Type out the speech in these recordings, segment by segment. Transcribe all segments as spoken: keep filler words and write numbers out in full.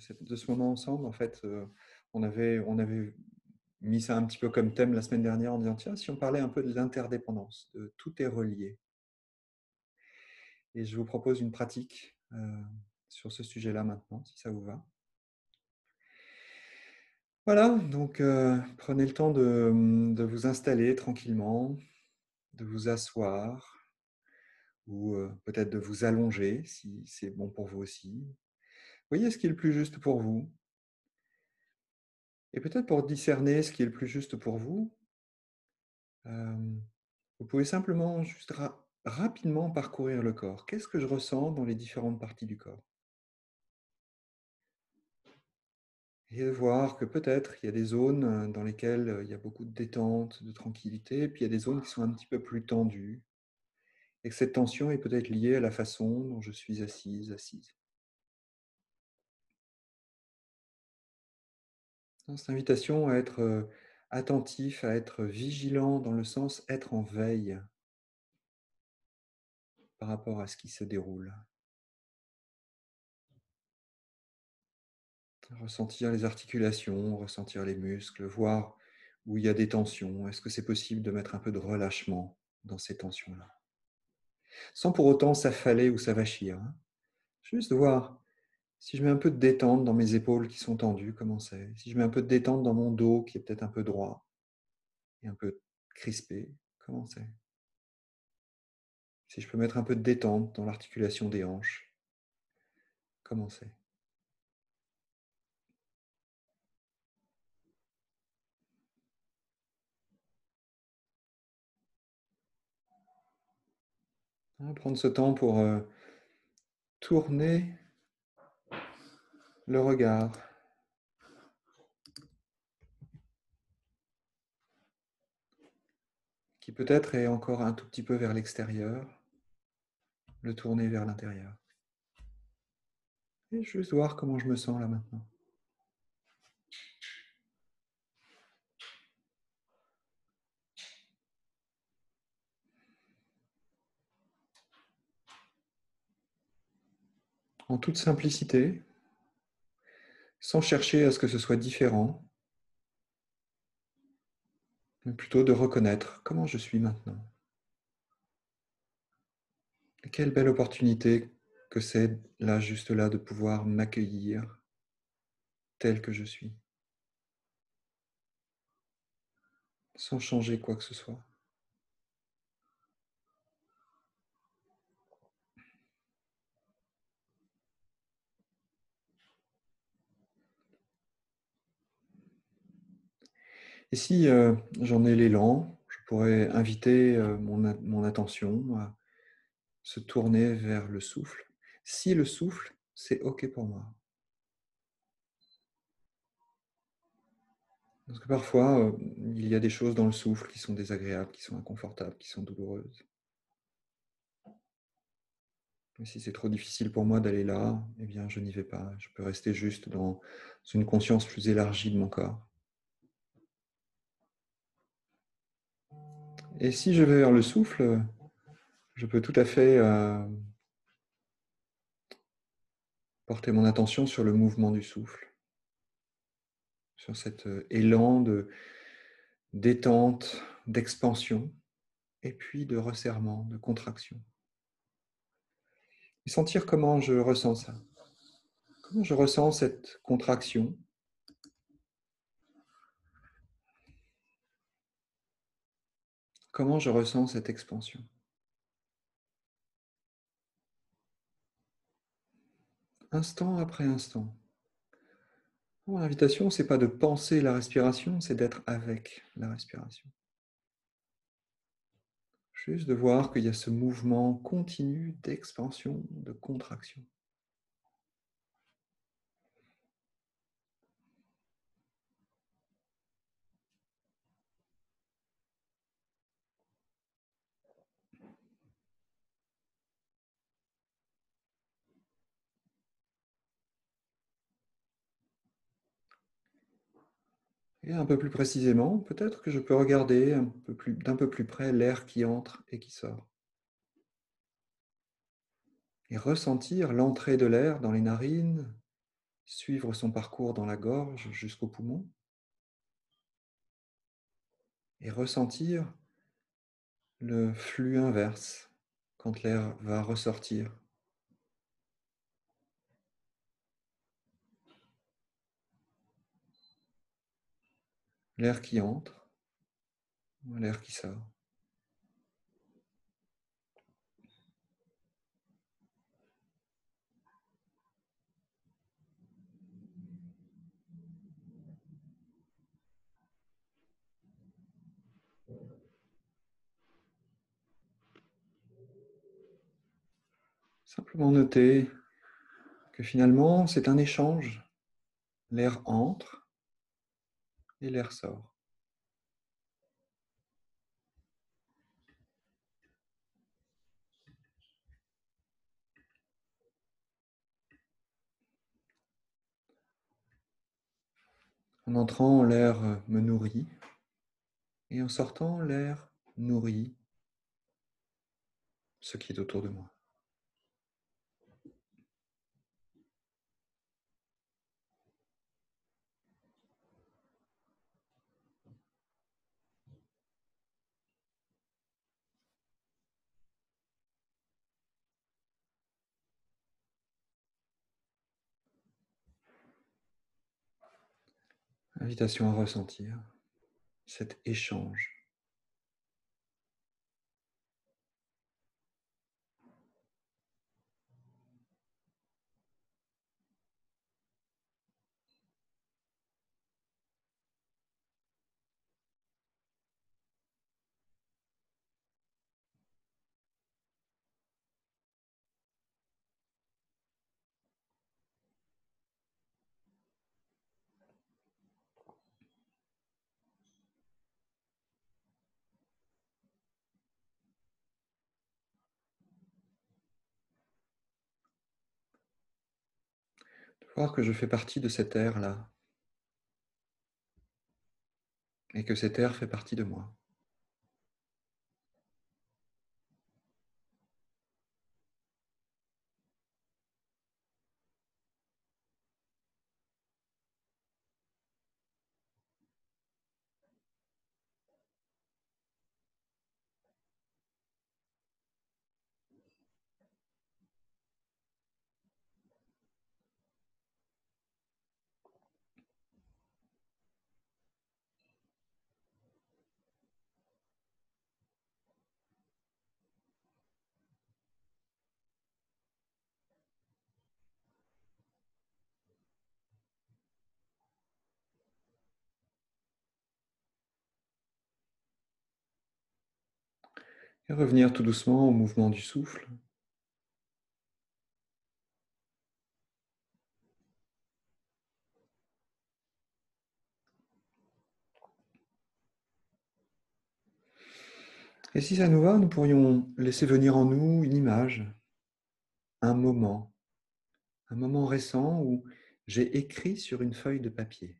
cette- de ce moment ensemble. En fait, euh, on avait, on avait mis ça un petit peu comme thème la semaine dernière en disant, tiens, si on parlait un peu de l'interdépendance, de tout est relié. Et je vous propose une pratique euh, sur ce sujet-là maintenant, si ça vous va. Voilà, donc euh, prenez le temps de, de vous installer tranquillement, de vous asseoir ou euh, peut-être de vous allonger si c'est bon pour vous aussi. Voyez ce qui est le plus juste pour vous. Et peut-être pour discerner ce qui est le plus juste pour vous, euh, vous pouvez simplement juste ra- rapidement parcourir le corps. Qu'est-ce que je ressens dans les différentes parties du corps? Et de voir que peut-être il y a des zones euh, dans lesquelles euh, il y a beaucoup de détente, de tranquillité, et puis il y a des zones qui sont un petit peu plus tendues, et que cette tension est peut-être liée à la façon dont je suis assise, assise. Donc, cette invitation à être euh, attentif, à être vigilant dans le sens être en veille par rapport à ce qui se déroule. Ressentir les articulations, ressentir les muscles, voir où il y a des tensions. Est-ce que c'est possible de mettre un peu de relâchement dans ces tensions-là? Sans pour autant s'affaler ou s'avachir. Hein. Juste voir si je mets un peu de détente dans mes épaules qui sont tendues, comment c'est? Si je mets un peu de détente dans mon dos qui est peut-être un peu droit et un peu crispé, comment c'est? Si je peux mettre un peu de détente dans l'articulation des hanches, comment c'est? Hein, prendre ce temps pour euh, tourner le regard, qui peut-être est encore un tout petit peu vers l'extérieur, le tourner vers l'intérieur. Et juste voir comment je me sens là maintenant. En toute simplicité, sans chercher à ce que ce soit différent, mais plutôt de reconnaître comment je suis maintenant. Et quelle belle opportunité que c'est là, juste là, de pouvoir m'accueillir tel que je suis, sans changer quoi que ce soit. Et si euh, j'en ai l'élan, je pourrais inviter euh, mon, a- mon attention à se tourner vers le souffle. Si le souffle, c'est OK pour moi. Parce que parfois, euh, il y a des choses dans le souffle qui sont désagréables, qui sont inconfortables, qui sont douloureuses. Et si c'est trop difficile pour moi d'aller là, eh bien, je n'y vais pas. Je peux rester juste dans une conscience plus élargie de mon corps. Et si je vais vers le souffle, je peux tout à fait euh, porter mon attention sur le mouvement du souffle, sur cet euh, élan de détente, d'expansion, et puis de resserrement, de contraction. Et sentir comment je ressens ça. Comment je ressens cette contraction. Comment je ressens cette expansion. Instant après instant. Bon, l'invitation, ce n'est pas de penser la respiration, c'est d'être avec la respiration. Juste de voir qu'il y a ce mouvement continu d'expansion, de contraction. Et un peu plus précisément, peut-être que je peux regarder un peu plus, d'un peu plus près l'air qui entre et qui sort. Et ressentir l'entrée de l'air dans les narines, suivre son parcours dans la gorge jusqu'au poumon et ressentir le flux inverse quand l'air va ressortir. L'air qui entre, l'air qui sort. Simplement noter que finalement, c'est un échange. L'air entre et l'air sort. En entrant, l'air me nourrit et en sortant, l'air nourrit ce qui est autour de moi. Invitation à ressentir cet échange. De voir que je fais partie de cet air-là et que cet air fait partie de moi. Et revenir tout doucement au mouvement du souffle. Et si ça nous va, nous pourrions laisser venir en nous une image, un moment, un moment récent où j'ai écrit sur une feuille de papier.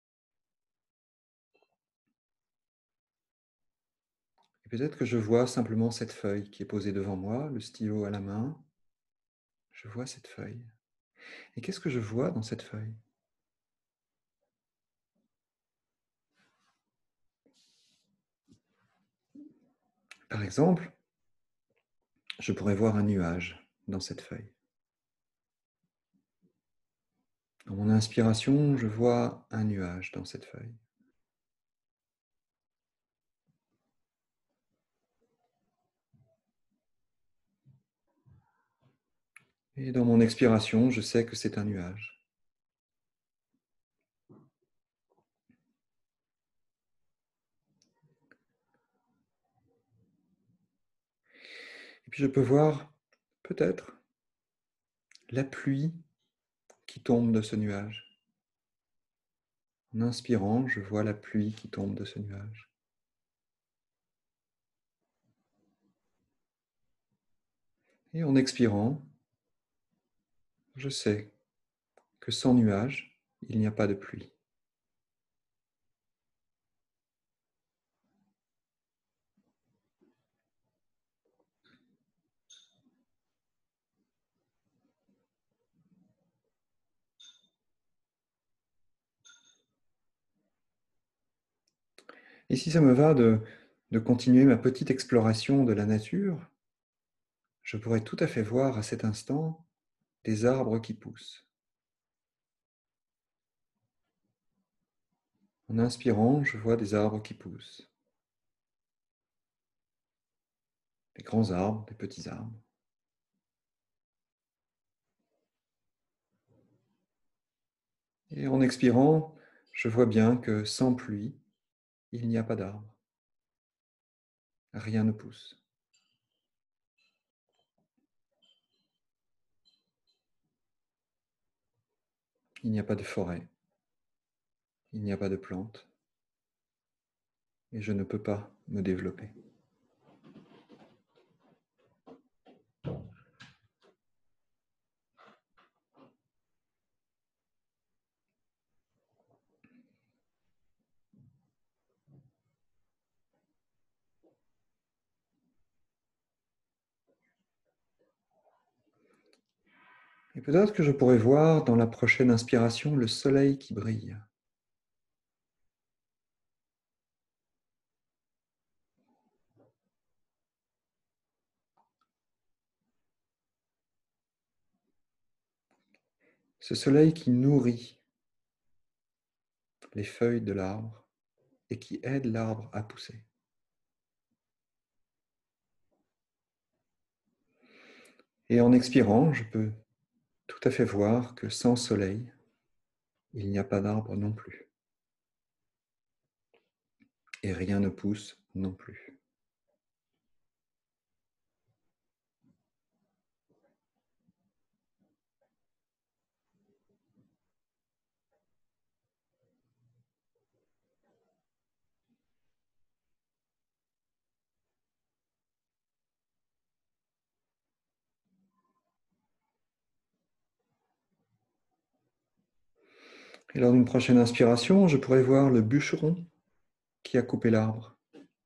Et peut-être que je vois simplement cette feuille qui est posée devant moi, le stylo à la main. Je vois cette feuille. Et qu'est-ce que je vois dans cette feuille? Par exemple, je pourrais voir un nuage dans cette feuille. Dans mon inspiration, je vois un nuage dans cette feuille. Et dans mon expiration, je sais que c'est un nuage. Et puis je peux voir, peut-être, la pluie qui tombe de ce nuage. En inspirant, je vois la pluie qui tombe de ce nuage. Et en expirant, je sais que sans nuage, il n'y a pas de pluie. Et si ça me va de, de continuer ma petite exploration de la nature, je pourrais tout à fait voir à cet instant des arbres qui poussent. En inspirant, je vois des arbres qui poussent. Des grands arbres, des petits arbres. Et en expirant, je vois bien que sans pluie, il n'y a pas d'arbre. Rien ne pousse. Il n'y a pas de forêt. Il n'y a pas de plantes. Et je ne peux pas me développer. Et peut-être que je pourrais voir dans la prochaine inspiration le soleil qui brille. Ce soleil qui nourrit les feuilles de l'arbre et qui aide l'arbre à pousser. Et en expirant, je peux tout à fait voir que sans soleil, il n'y a pas d'arbre non plus. Et rien ne pousse non plus. Et lors d'une prochaine inspiration, je pourrais voir le bûcheron qui a coupé l'arbre.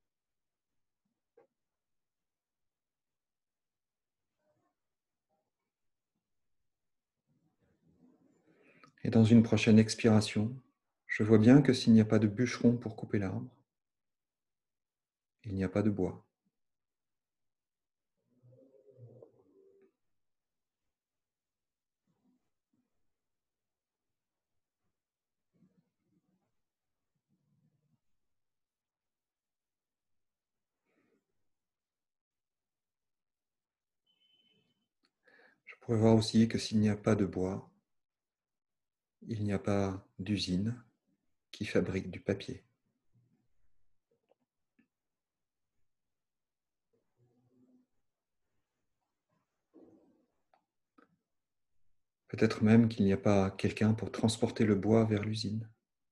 Et dans une prochaine expiration, je vois bien que s'il n'y a pas de bûcheron pour couper l'arbre, il n'y a pas de bois. Je pourrais voir aussi que s'il n'y a pas de bois, il n'y a pas d'usine qui fabrique du papier. Peut-être même qu'il n'y a pas quelqu'un pour transporter le bois vers l'usine.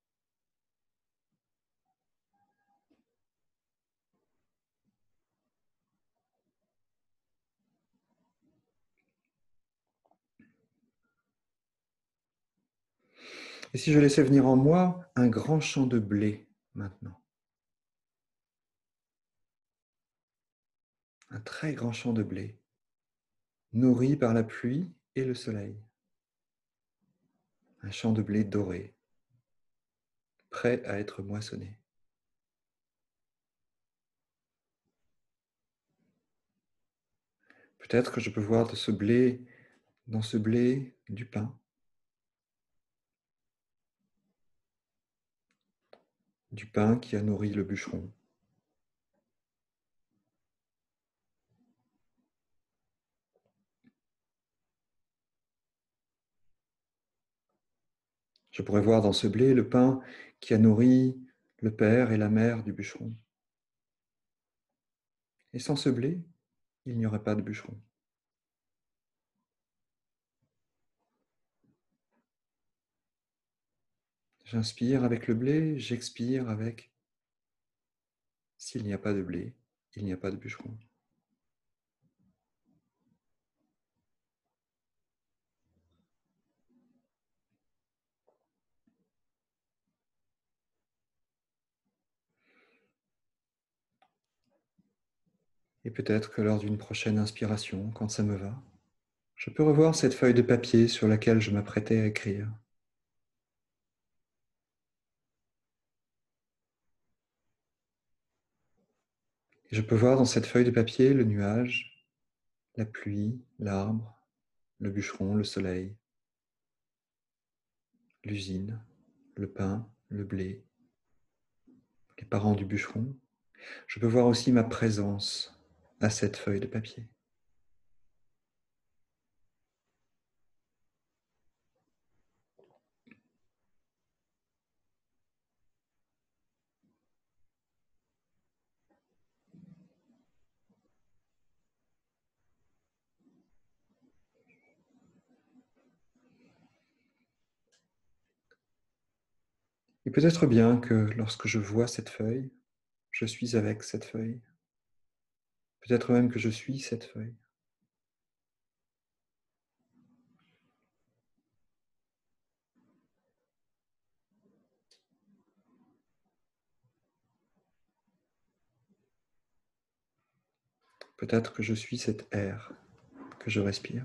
Et si je laissais venir en moi un grand champ de blé maintenant, un très grand champ de blé, nourri par la pluie et le soleil, un champ de blé doré, prêt à être moissonné. Peut-être que je peux voir de ce blé, dans ce blé, du pain, du pain qui a nourri le bûcheron. Je pourrais voir dans ce blé le pain qui a nourri le père et la mère du bûcheron. Et sans ce blé, il n'y aurait pas de bûcheron. J'inspire avec le blé, j'expire avec s'il n'y a pas de blé, il n'y a pas de bûcheron. Et peut-être que lors d'une prochaine inspiration, quand ça me va, je peux revoir cette feuille de papier sur laquelle je m'apprêtais à écrire. Et je peux voir dans cette feuille de papier le nuage, la pluie, l'arbre, le bûcheron, le soleil, l'usine, le pain, le blé, les parents du bûcheron. Je peux voir aussi ma présence à cette feuille de papier. Et peut-être bien que lorsque je vois cette feuille, je suis avec cette feuille. Peut-être même que je suis cette feuille. Peut-être que je suis cet air que je respire.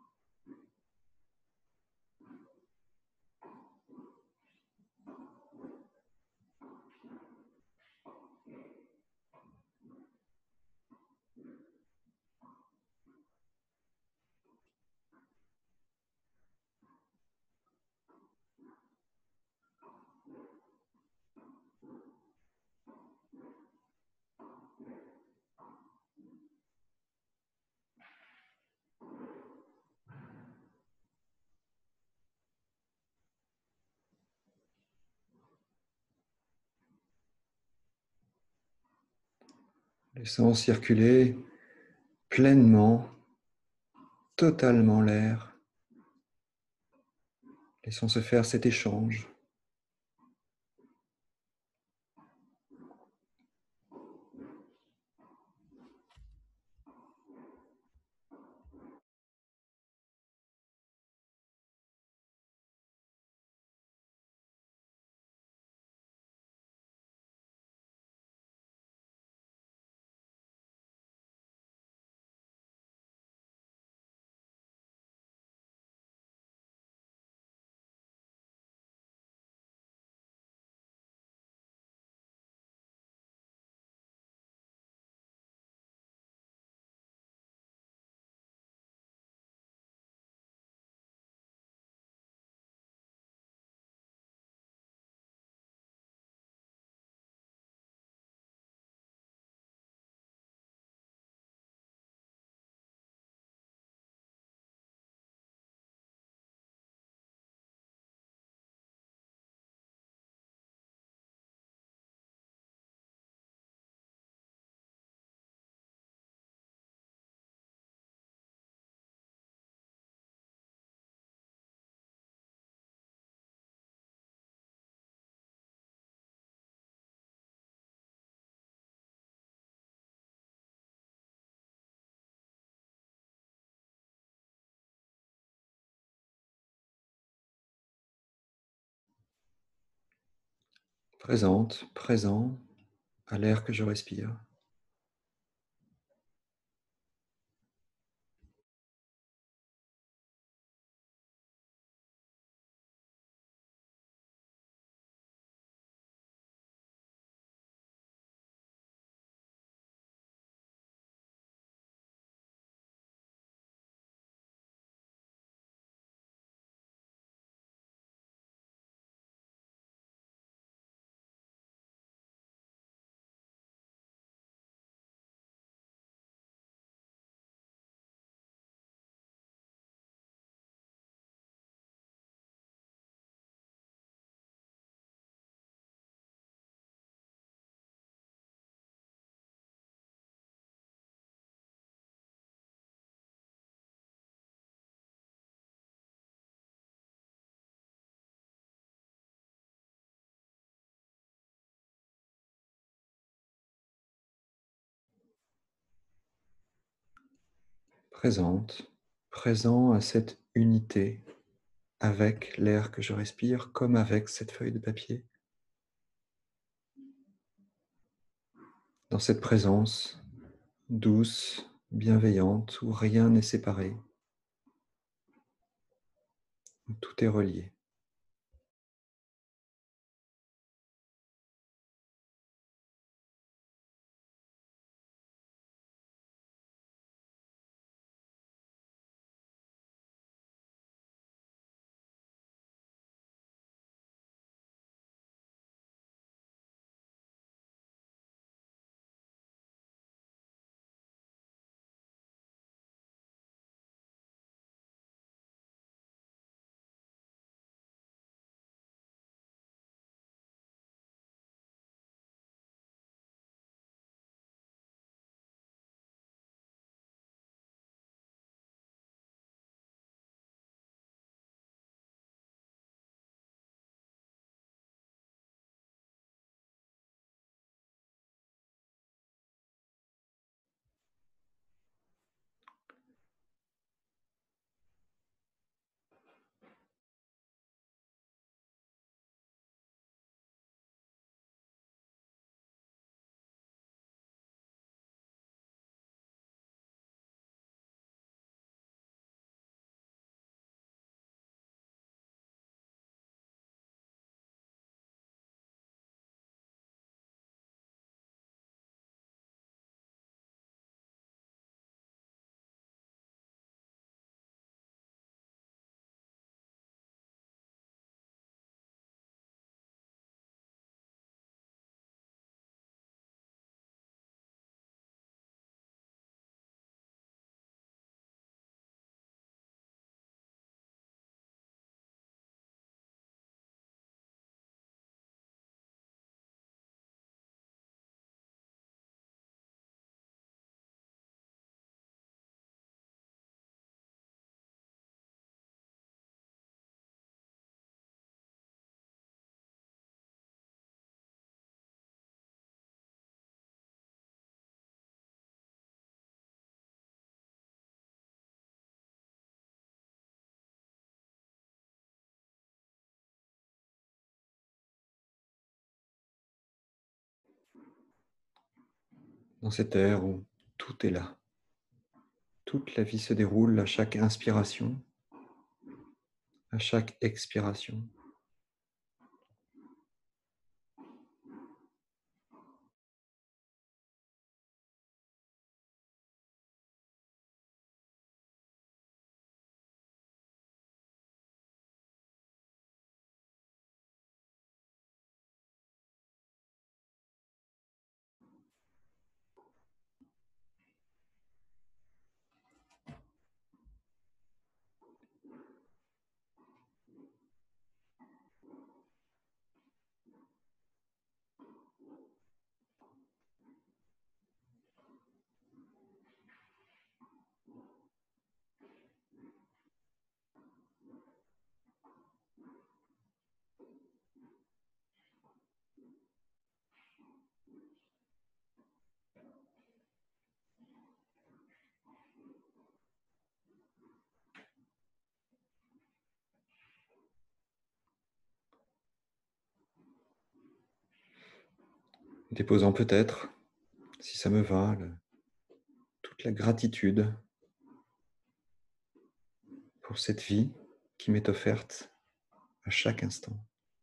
Laissant circuler pleinement, totalement l'air. Laissons se faire cet échange. Présente, présent à l'air que je respire. Présente, présent à cette unité avec l'air que je respire, comme avec cette feuille de papier. Dans cette présence douce, bienveillante, où rien n'est séparé, où tout est relié. dans cette ère où tout est là. Toute la vie se déroule à chaque inspiration, à chaque expiration. Déposant peut-être, si ça me va, le- toute la gratitude pour cette vie qui m'est offerte à chaque instant.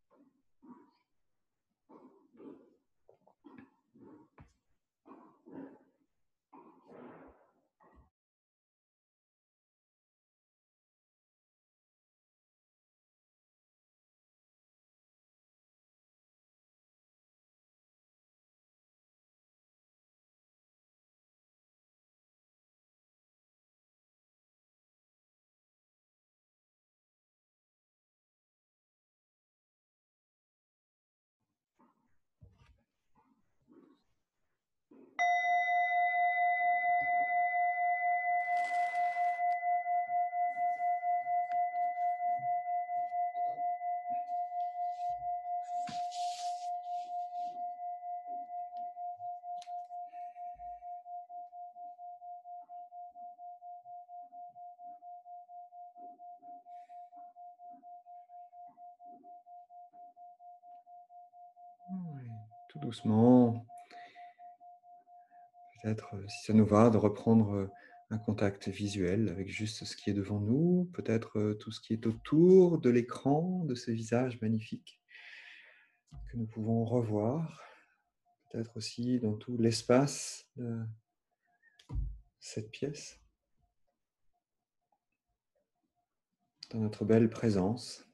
Oui, tout doucement, peut-être, euh, si ça nous va, de reprendre euh, un contact visuel avec juste ce qui est devant nous, peut-être euh, tout ce qui est autour de l'écran, de ce visage magnifique que nous pouvons revoir, peut-être aussi dans tout l'espace de cette pièce, dans notre belle présence.